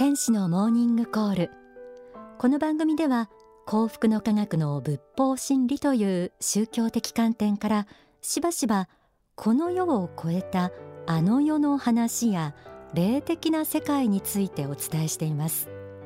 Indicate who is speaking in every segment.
Speaker 1: 天使のモーニングコール。この番組では幸福の科学の仏法真理という宗教的観点からしばしばこの世を超えたあの世の話や霊的な世界についてお伝えしています。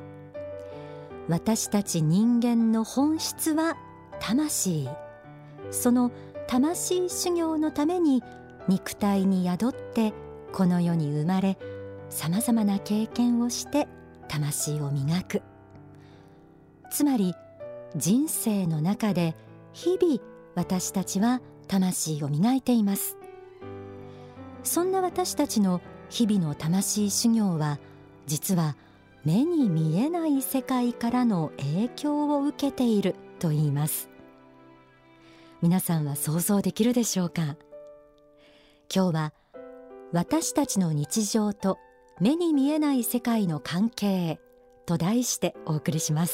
Speaker 1: 私たち人間の本質は魂。その魂修行のために肉体に宿ってこの世に生まれ、さまざまな経験をして魂を磨く。つまり人生の中で日々私たちは魂を磨いています。そんな私たちの日々の魂修行は、実は目に見えない世界からの影響を受けていると言います。皆さんは想像できるでしょうか。今日は私たちの日常と目に見えない世界の関係と題してお送りします。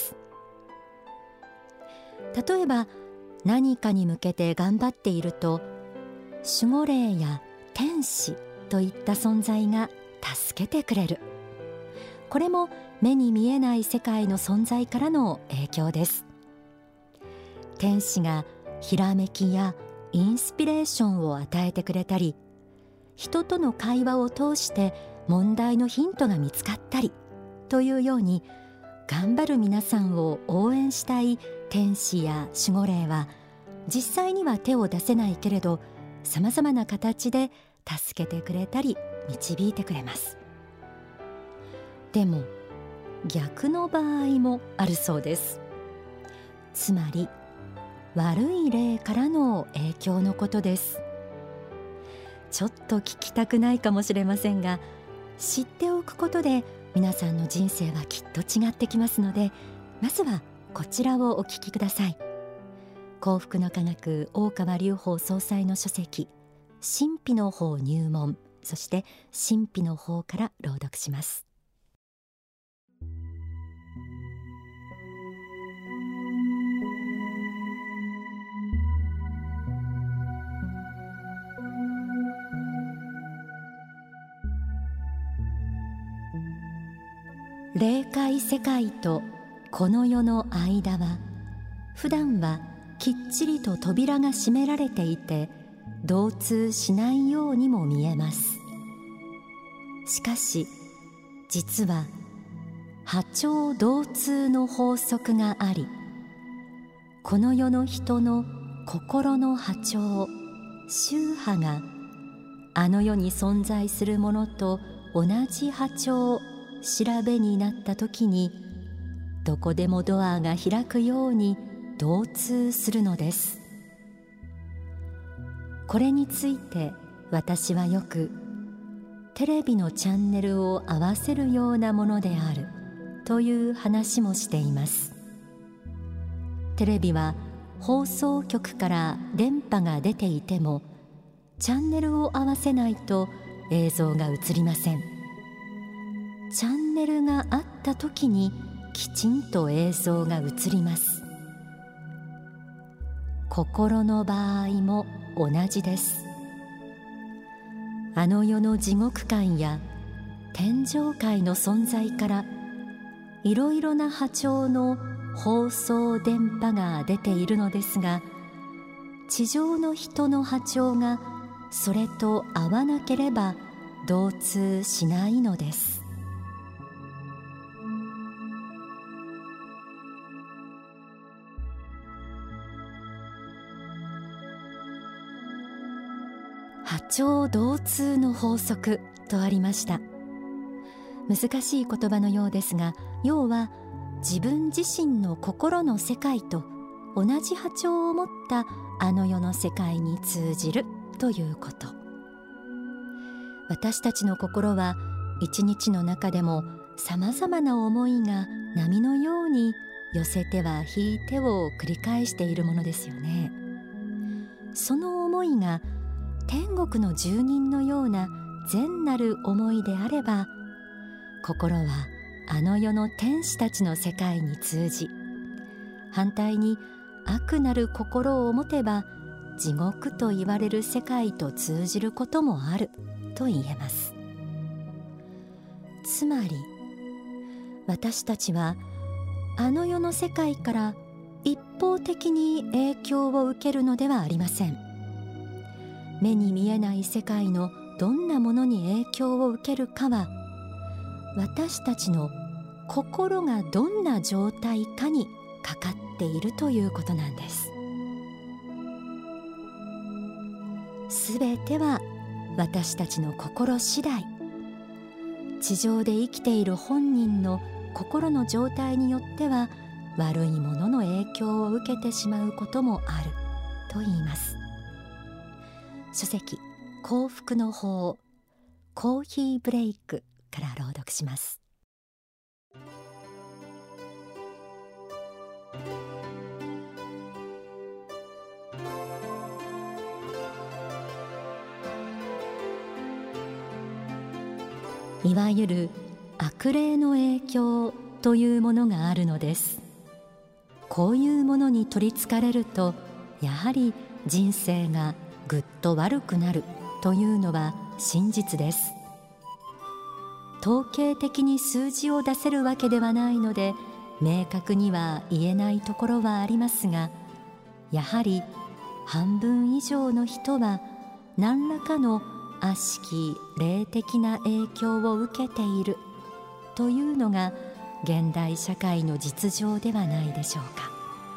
Speaker 1: 例えば何かに向けて頑張っていると、守護霊や天使といった存在が助けてくれる。これも目に見えない世界の存在からの影響です。天使がひらめきやインスピレーションを与えてくれたり、人との会話を通して問題のヒントが見つかったりというように、頑張る皆さんを応援したい天使や守護霊は、実際には手を出せないけれど、さまざまな形で助けてくれたり導いてくれます。でも逆の場合もあるそうです。つまり悪い霊からの影響のことです。ちょっと聞きたくないかもしれませんが、知っておくことで皆さんの人生はきっと違ってきますので、まずはこちらをお聞きください。幸福の科学大川隆法総裁の書籍、神秘の法入門、そして神秘の法から朗読します。霊界世界とこの世の間は、普段はきっちりと扉が閉められていて同通しないようにも見えます。しかし実は波長同通の法則があり、この世の人の心の波長、周波があの世に存在するものと同じ波長、調べになった時に、どこでもドアが開くように同通するのです。これについて私はよく、テレビのチャンネルを合わせるようなものであるという話もしています。テレビは放送局から電波が出ていても、チャンネルを合わせないと映像が映りません。チャンネルがあった時にきちんと映像が映ります。心の場合も同じです。あの世の地獄界や天上界の存在から、いろいろな波長の放送電波が出ているのですが、地上の人の波長がそれと合わなければ同通しないのです。波長同通の法則とありました。難しい言葉のようですが、要は自分自身の心の世界と同じ波長を持ったあの世の世界に通じるということ。私たちの心は一日の中でもさまざまな思いが波のように寄せては引いてを繰り返しているものですよね。その思いが天国の住人のような善なる思いであれば、心はあの世の天使たちの世界に通じ、反対に悪なる心を持てば地獄と言われる世界と通じることもあると言えます。つまり私たちはあの世の世界から一方的に影響を受けるのではありません。目に見えない世界のどんなものに影響を受けるかは、私たちの心がどんな状態かにかかっているということなんです。すべては私たちの心次第。地上で生きている本人の心の状態によっては、悪いものの影響を受けてしまうこともあると言います。書籍幸福の法、コーヒーブレイクから朗読します。いわゆる悪霊の影響というものがあるのです。こういうものに取りつかれると、やはり人生がぐっと悪くなるというのは真実です。統計的に数字を出せるわけではないので、明確には言えないところはありますが、やはり半分以上の人は何らかの悪しき霊的な影響を受けているというのが現代社会の実情ではないでしょうか。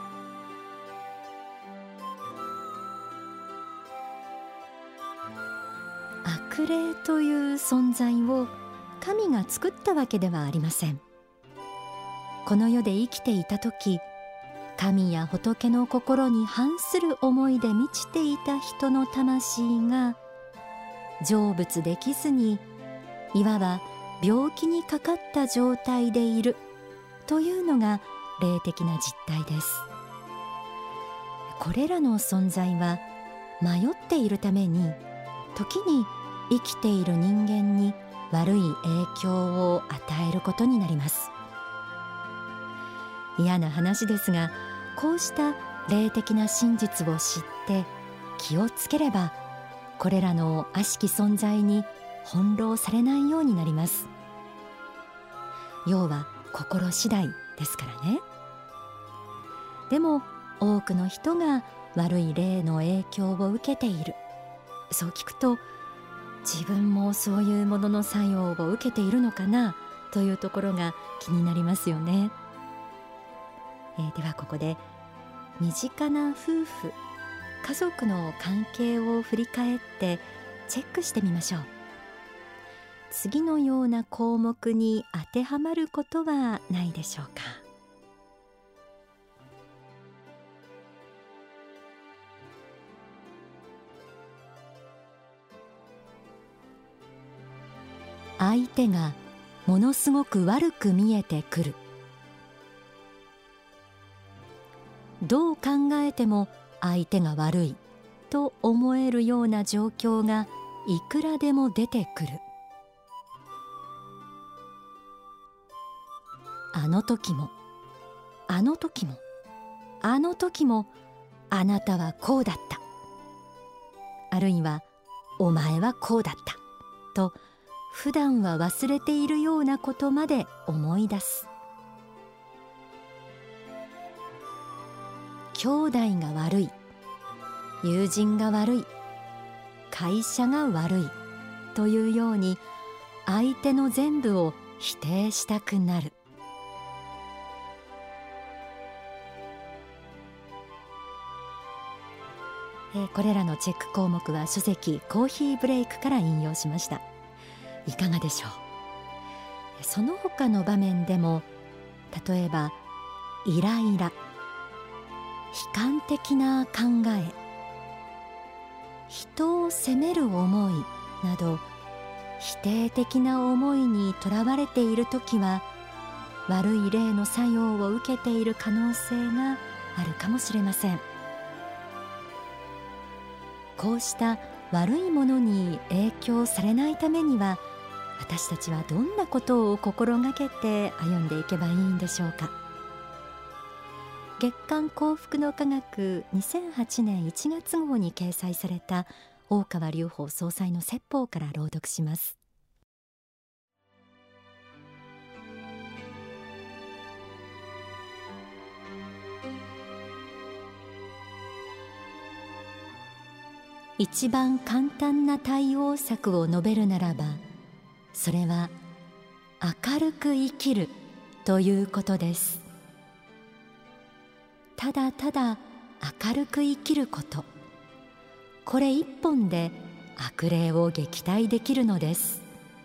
Speaker 1: 悪霊という存在を神が作ったわけではありません。この世で生きていた時、神や仏の心に反する思いで満ちていた人の魂が成仏できずに、いわば病気にかかった状態でいるというのが霊的な実態です。これらの存在は迷っているために、時に生きている人間に悪い影響を与えることになります。嫌な話ですが、こうした霊的な真実を知って気をつければ、これらの悪しき存在に翻弄されないようになります。要は心次第ですからね。でも多くの人が悪い霊の影響を受けている、そう聞くと、自分もそういうものの作用を受けているのかなというところが気になりますよね。ではここで身近な夫婦、家族の関係を振り返ってチェックしてみましょう。次のような項目に当てはまることはないでしょうか。相手がものすごく悪く見えてくる。どう考えても相手が悪いと思えるような状況がいくらでも出てくる。あの時も、あの時も、あの時もあなたはこうだった。あるいはお前はこうだったと、普段は忘れているようなことまで思い出す。兄弟が悪い、友人が悪い、会社が悪いというように、相手の全部を否定したくなる。これらのチェック項目は書籍コーヒーブレイクから引用しました。いかがでしょう。その他の場面でも、例えばイライラ、悲観的な考え、人を責める思いなど、否定的な思いにとらわれているときは、悪い霊の作用を受けている可能性があるかもしれません。こうした悪いものに影響されないためには、私たちはどんなことを心がけて歩んでいけばいいんでしょうか。月刊幸福の科学2008年1月号に掲載された大川隆法総裁の説法から朗読します。 一番簡単な対応策を述べるならば、それは明るく生きるということです。ただただ明るく生きること、これ一本で悪霊を撃退できるのです。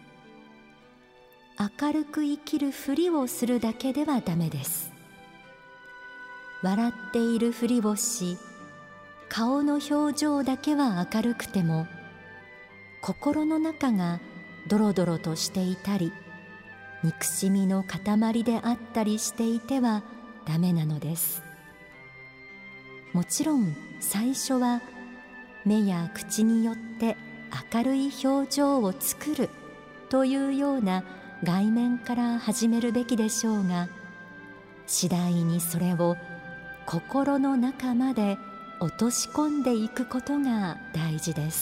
Speaker 1: 明るく生きるふりをするだけではダメです。笑っているふりをし、顔の表情だけは明るくても、心の中がドロドロとしていたり、憎しみの塊であったりしていてはダメなのです。もちろん最初は目や口によって明るい表情を作るというような外面から始めるべきでしょうが、次第にそれを心の中まで落とし込んでいくことが大事です。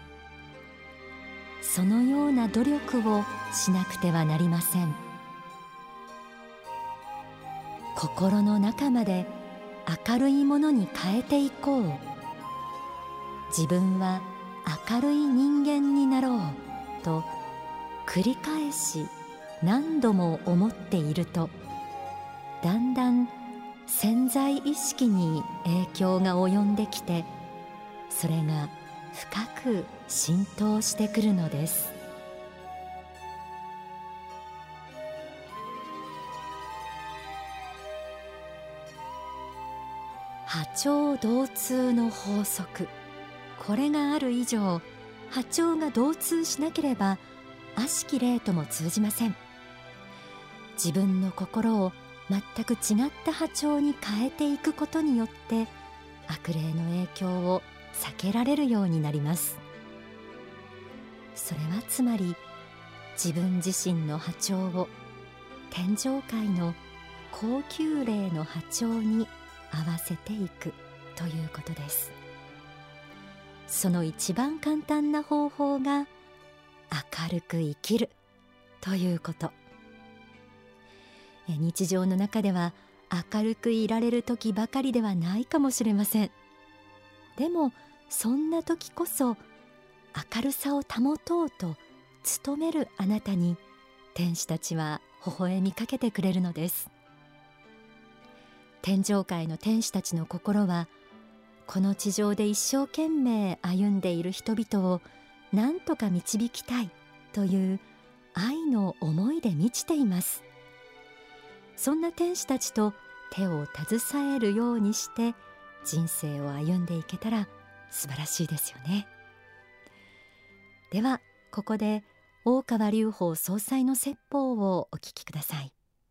Speaker 1: そのような努力をしなくてはなりません。心の中まで明るいものに変えていこう。自分は明るい人間になろうと繰り返し何度も思っていると、だんだん潜在意識に影響が及んできて、それが深く浸透してくるのです。波長同通の法則、これがある以上、波長が同通しなければ悪しき霊とも通じません。自分の心を全く違った波長に変えていくことによって、悪霊の影響を避けられるようになります。それはつまり、自分自身の波長を天上界の高級霊の波長に合わせていくということです。その一番簡単な方法が明るく生きるということ。日常の中では明るくいられる時ばかりではないかもしれません。でもそんな時こそ明るさを保とうと努めるあなたに、天使たちは微笑みかけてくれるのです。天上界の天使たちの心は、この地上で一生懸命歩んでいる人々を何とか導きたいという愛の思いで満ちています。そんな天使たちと手を携えるようにして人生を歩んでいけたら素晴らしいですよね。ではここで大川隆法総裁の説法をお聞きください。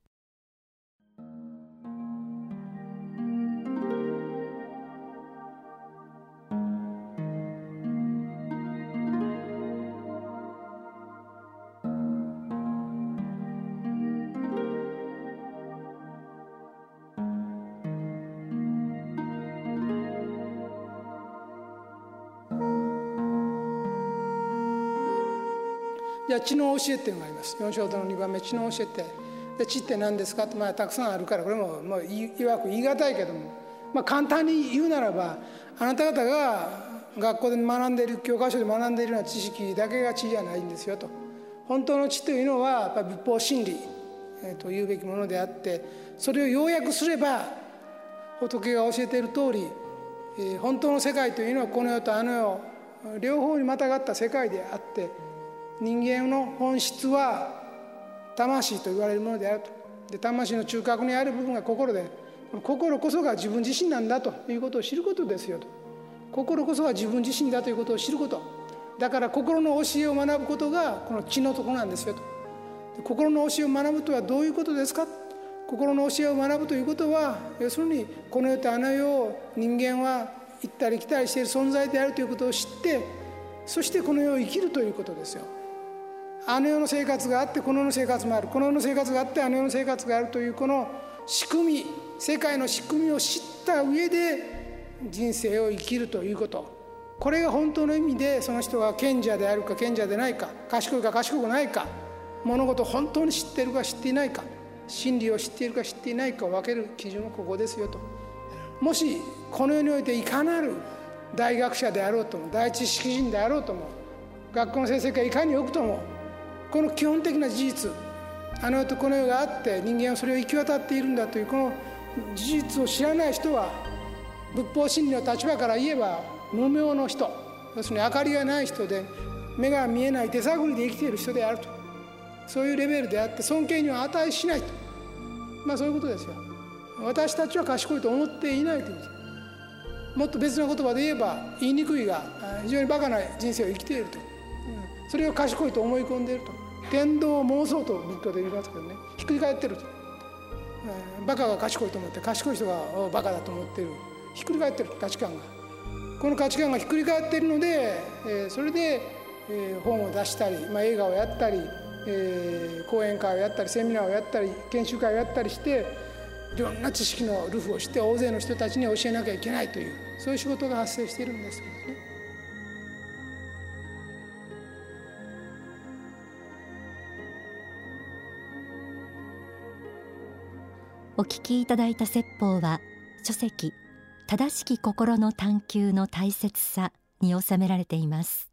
Speaker 2: じゃあ知の教えっていうのがあります。4章の2番目、知の教えて。で知って何ですかって、たくさんあるから、これもいわく言い難いけども、簡単に言うならば、あなた方が学校で学んでいる、教科書で学んでいるような知識だけが知じゃないんですよと。本当の知というのはやっぱり仏法真理、というべきものであって、それを要約すれば仏が教えている通り、本当の世界というのはこの世とあの世両方にまたがった世界であって、人間の本質は魂と言われるものであると。で、魂の中核にある部分が心で、心こそが自分自身なんだということを知ることですよと。心こそが自分自身だということを知ること。だから心の教えを学ぶことがこの知のところなんですよと。心の教えを学ぶとはどういうことですか。心の教えを学ぶということは、要するにこの世とあの世を人間は行ったり来たりしている存在であるということを知って、そしてこの世を生きるということですよ。あの世の生活があってこの世の生活もある、この世の生活があってあの世の生活があるというこの仕組み、世界の仕組みを知った上で人生を生きるということ、これが本当の意味でその人が賢者であるか賢者でないか、賢いか賢くないか、物事を本当に知っているか知っていないか、真理を知っているか知っていないかを分ける基準はここですよと。もしこの世においていかなる大学者であろうとも第一知識人であろうとも学校の成績がいかに良くともこの基本的な事実あの世とこの世があって人間はそれを行き渡っているんだというこの事実を知らない人は仏法真理の立場から言えば無明の人要するに明かりがない人で目が見えない手探りで生きている人であるとそういうレベルであって尊敬には値しないとそういうことですよ。私たちは賢いと思っていないということもっと別の言葉で言えば言いにくいが非常にバカな人生を生きていると、それを賢いと思い込んでいると天道妄想と仏教で言いますけどねひっくり返っていると、バカが賢いと思って賢い人がバカだと思っているひっくり返っている価値観がこの価値観がひっくり返っているので、それで、本を出したり、映画をやったり、講演会をやったりセミナーをやったり研修会をやったりしていろんな知識の流布をして大勢の人たちに教えなきゃいけないというそういう仕事が発生しているんですけどね。
Speaker 1: お聞きいただいた説法は書籍正しき心の探求の大切さに収められています。